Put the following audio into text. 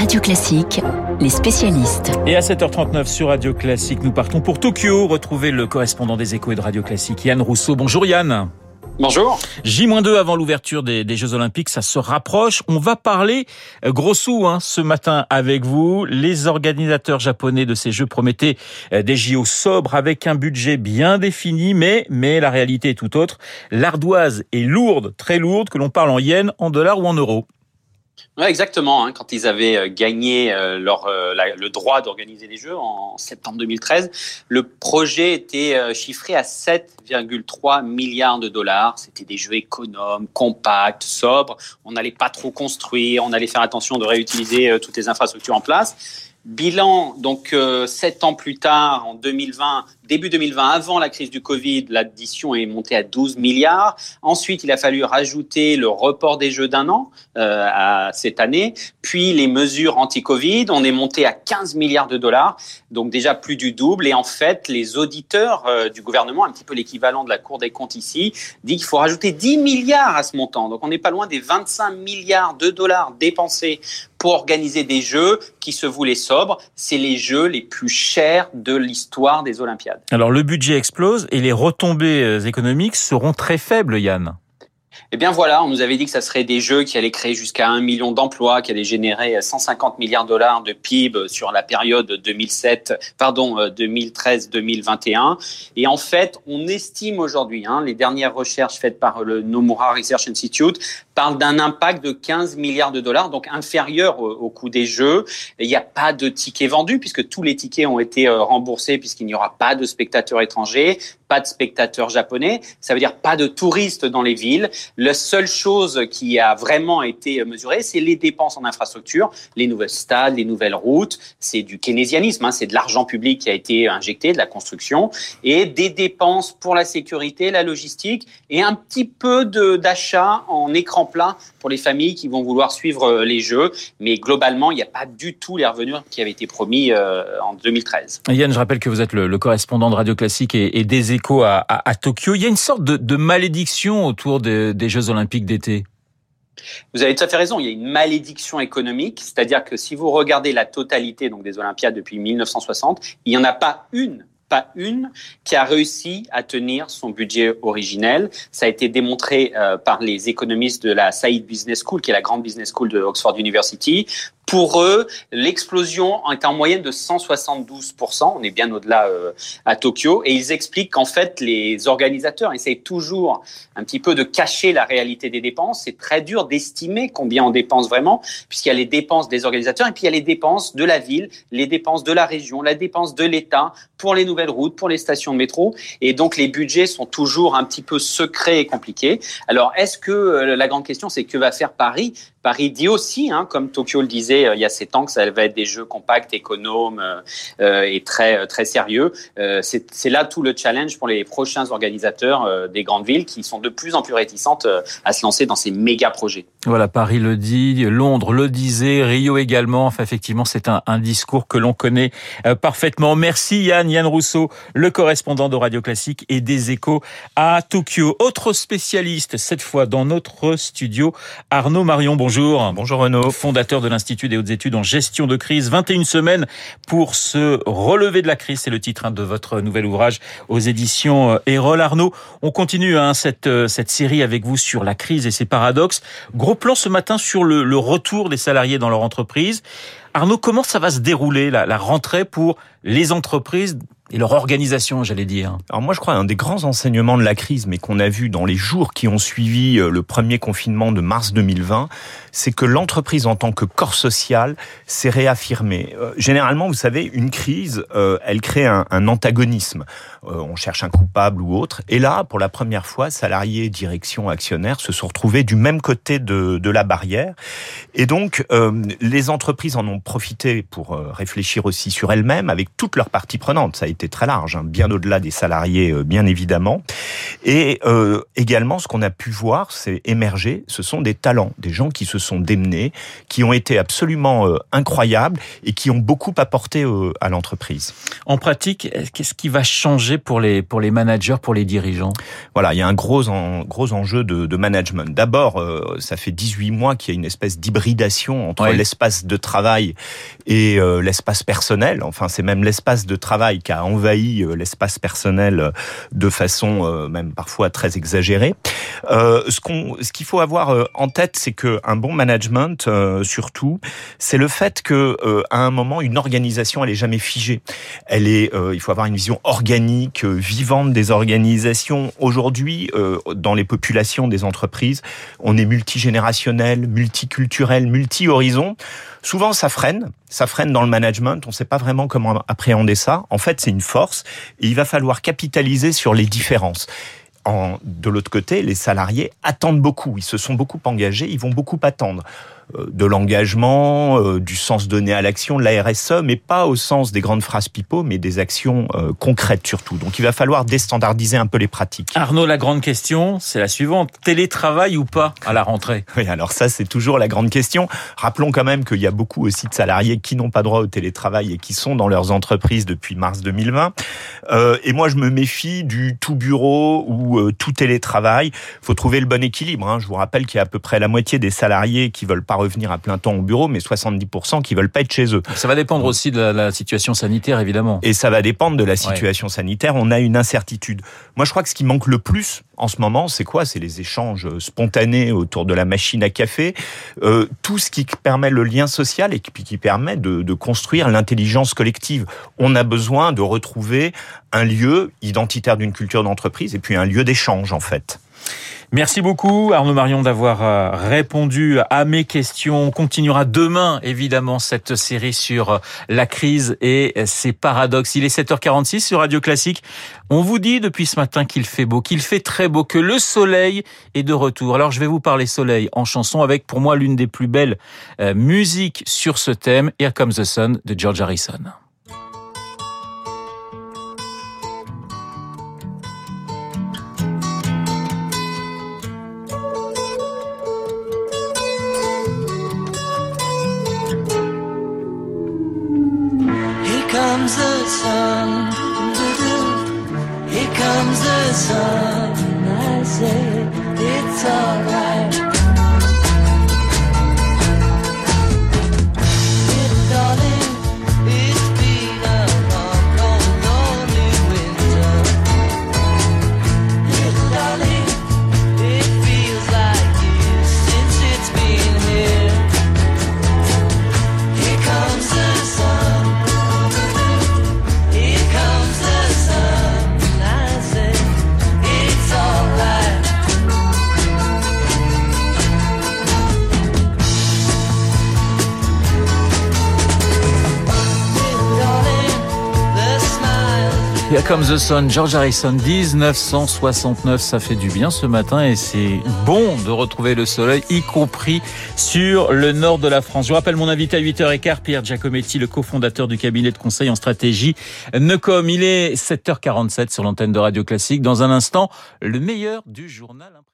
Radio Classique, les spécialistes. Et à 7h39 sur Radio Classique, nous partons pour Tokyo. Retrouver le correspondant des Échos et de Radio Classique, Yann Rousseau. Bonjour Yann. Bonjour. J-2 avant l'ouverture des Jeux Olympiques, ça se rapproche. On va parler gros sous ce matin avec vous. Les organisateurs japonais de ces Jeux promettaient des JO sobres avec un budget bien défini, mais la réalité est tout autre. L'ardoise est lourde, très lourde, que l'on parle en yens, en dollars ou en euros. Ouais, exactement. Quand ils avaient gagné le droit d'organiser les Jeux en septembre 2013, le projet était chiffré à 7,3 milliards de dollars. C'était des Jeux économes, compacts, sobres. On n'allait pas trop construire, on allait faire attention de réutiliser toutes les infrastructures en place. Bilan, donc 7 ans plus tard, en 2020, début 2020, avant la crise du Covid, l'addition est montée à 12 milliards. Ensuite, il a fallu rajouter le report des Jeux d'un an à cette année. Puis les mesures anti-Covid, on est monté à 15 milliards de dollars, donc déjà plus du double. Et en fait, les auditeurs du gouvernement, un petit peu l'équivalent de la Cour des comptes ici, dit qu'il faut rajouter 10 milliards à ce montant. Donc on n'est pas loin des 25 milliards de dollars dépensés pour organiser des Jeux qui se voulaient sobres. C'est les Jeux les plus chers de l'histoire des Olympiades. Alors le budget explose et les retombées économiques seront très faibles, Yann. Eh bien voilà, on nous avait dit que ça serait des Jeux qui allaient créer jusqu'à 1 million d'emplois, qui allaient générer 150 milliards de dollars de PIB sur la période 2013-2021. Et en fait, on estime aujourd'hui, les dernières recherches faites par le Nomura Research Institute parlent d'un impact de 15 milliards de dollars, donc inférieur au coût des Jeux. Il n'y a pas de tickets vendus puisque tous les tickets ont été remboursés puisqu'il n'y aura pas de spectateurs étrangers, pas de spectateurs japonais. Ça veut dire pas de touristes dans les villes. La seule chose qui a vraiment été mesurée, c'est les dépenses en infrastructure, les nouvelles stades, les nouvelles routes. C'est du keynésianisme, c'est de l'argent public qui a été injecté, de la construction, et des dépenses pour la sécurité, la logistique, et un petit peu d'achat en écran plat pour les familles qui vont vouloir suivre les Jeux. Mais globalement, il n'y a pas du tout les revenus qui avaient été promis en 2013. Yann, je rappelle que vous êtes le correspondant de Radio Classique et des Échos à Tokyo. Il y a une sorte de malédiction autour des Jeux Olympiques d'été. Vous avez tout à fait raison, il y a une malédiction économique, c'est-à-dire que si vous regardez la totalité donc, des Olympiades depuis 1960, il n'y en a pas une qui a réussi à tenir son budget originel. Ça a été démontré par les économistes de la Saïd Business School, qui est la grande business school de Oxford University. Pour eux, l'explosion est en moyenne de 172%. On est bien au-delà à Tokyo. Et ils expliquent qu'en fait, les organisateurs essayent toujours un petit peu de cacher la réalité des dépenses. C'est très dur d'estimer combien on dépense vraiment, puisqu'il y a les dépenses des organisateurs et puis il y a les dépenses de la ville, les dépenses de la région, la dépense de l'État pour les nouvelles routes, pour les stations de métro. Et donc, les budgets sont toujours un petit peu secrets et compliqués. Alors, est-ce que la grande question, c'est que va faire Paris ? Paris dit aussi, comme Tokyo le disait il y a 7 ans, que ça va être des Jeux compacts, économes et très très sérieux. C'est là tout le challenge pour les prochains organisateurs des grandes villes qui sont de plus en plus réticentes à se lancer dans ces méga projets. Voilà, Paris le dit, Londres le disait, Rio également. Enfin, effectivement, c'est un discours que l'on connaît parfaitement. Merci Yann Rousseau, le correspondant de Radio Classique et des Échos à Tokyo. Autre spécialiste, cette fois dans notre studio, Arnaud Marion. Bonjour. Bonjour Renaud. Fondateur de l'Institut des hautes études en gestion de crise. 21 semaines pour se relever de la crise. C'est le titre de votre nouvel ouvrage aux éditions Erol. Arnaud, on continue cette série avec vous sur la crise et ses paradoxes. Gros plan ce matin sur le retour des salariés dans leur entreprise. Arnaud, comment ça va se dérouler la rentrée pour les entreprises et leur organisation, j'allais dire? Alors moi, je crois un des grands enseignements de la crise, mais qu'on a vu dans les jours qui ont suivi le premier confinement de mars 2020, c'est que l'entreprise en tant que corps social s'est réaffirmée. Généralement, vous savez, une crise, elle crée un antagonisme. On cherche un coupable ou autre. Et là, pour la première fois, salariés, direction, actionnaires se sont retrouvés du même côté de la barrière. Et donc, les entreprises en ont profité pour réfléchir aussi sur elles-mêmes avec toutes leurs parties prenantes. Ça a été été très large, bien au-delà des salariés, bien évidemment. Et également, ce qu'on a pu voir, c'est émerger, ce sont des talents, des gens qui se sont démenés, qui ont été absolument incroyables et qui ont beaucoup apporté à l'entreprise. En pratique, qu'est-ce qui va changer pour les managers, pour les dirigeants ? Voilà, il y a un gros enjeu de management. D'abord, ça fait 18 mois qu'il y a une espèce d'hybridation entre l'espace de travail et l'espace personnel. Enfin, c'est même l'espace de travail qui a envahi l'espace personnel de façon même parfois très exagérée. Ce qu'il faut avoir en tête, c'est qu'un bon management, surtout, c'est le fait que à un moment, une organisation, elle est jamais figée. Il faut avoir une vision organique, vivante des organisations. Aujourd'hui, dans les populations des entreprises, on est multigénérationnel, multiculturel, multi-horizon. Souvent, ça freine dans le management. On ne sait pas vraiment comment appréhender ça. En fait, c'est une force et il va falloir capitaliser sur les différences. De l'autre côté, les salariés attendent beaucoup. Ils se sont beaucoup engagés, ils vont beaucoup attendre. De l'engagement, du sens donné à l'action, de la RSE, mais pas au sens des grandes phrases pipeaux, mais des actions concrètes surtout. Donc il va falloir déstandardiser un peu les pratiques. Arnaud, la grande question, c'est la suivante. Télétravail ou pas à la rentrée ? Oui, alors ça, c'est toujours la grande question. Rappelons quand même qu'il y a beaucoup aussi de salariés qui n'ont pas droit au télétravail et qui sont dans leurs entreprises depuis mars 2020. Et moi, je me méfie du tout bureau ou tout télétravail. Il faut trouver le bon équilibre. Je vous rappelle qu'il y a à peu près la moitié des salariés qui veulent pas revenir à plein temps au bureau, mais 70% qui veulent pas être chez eux. Ça va dépendre aussi de la situation sanitaire, évidemment. Et ça va dépendre de la situation sanitaire. On a une incertitude. Moi, je crois que ce qui manque le plus en ce moment, c'est quoi ? C'est les échanges spontanés autour de la machine à café. Tout ce qui permet le lien social et qui permet de construire l'intelligence collective. On a besoin de retrouver un lieu identitaire d'une culture d'entreprise et puis un lieu d'échange, en fait. Merci beaucoup Arnaud Marion d'avoir répondu à mes questions. On continuera demain évidemment cette série sur la crise et ses paradoxes. Il est 7h46 sur Radio Classique. On vous dit depuis ce matin qu'il fait beau, qu'il fait très beau, que le soleil est de retour. Alors je vais vous parler soleil en chanson avec pour moi l'une des plus belles musiques sur ce thème, Here Comes the Sun de George Harrison. Comes the sun, here comes the sun, I say it's alright. Little darling, it's been a long, long, lonely winter. Little darling, it feels like years since it's been here. Here comes the sun. Here Comes the Sun, George Harrison, 1969, ça fait du bien ce matin et c'est bon de retrouver le soleil, y compris sur le nord de la France. Je vous rappelle mon invité à 8h15, Pierre Giacometti, le cofondateur du cabinet de conseil en stratégie Necom. Il est 7h47 sur l'antenne de Radio Classique. Dans un instant, le meilleur du journal.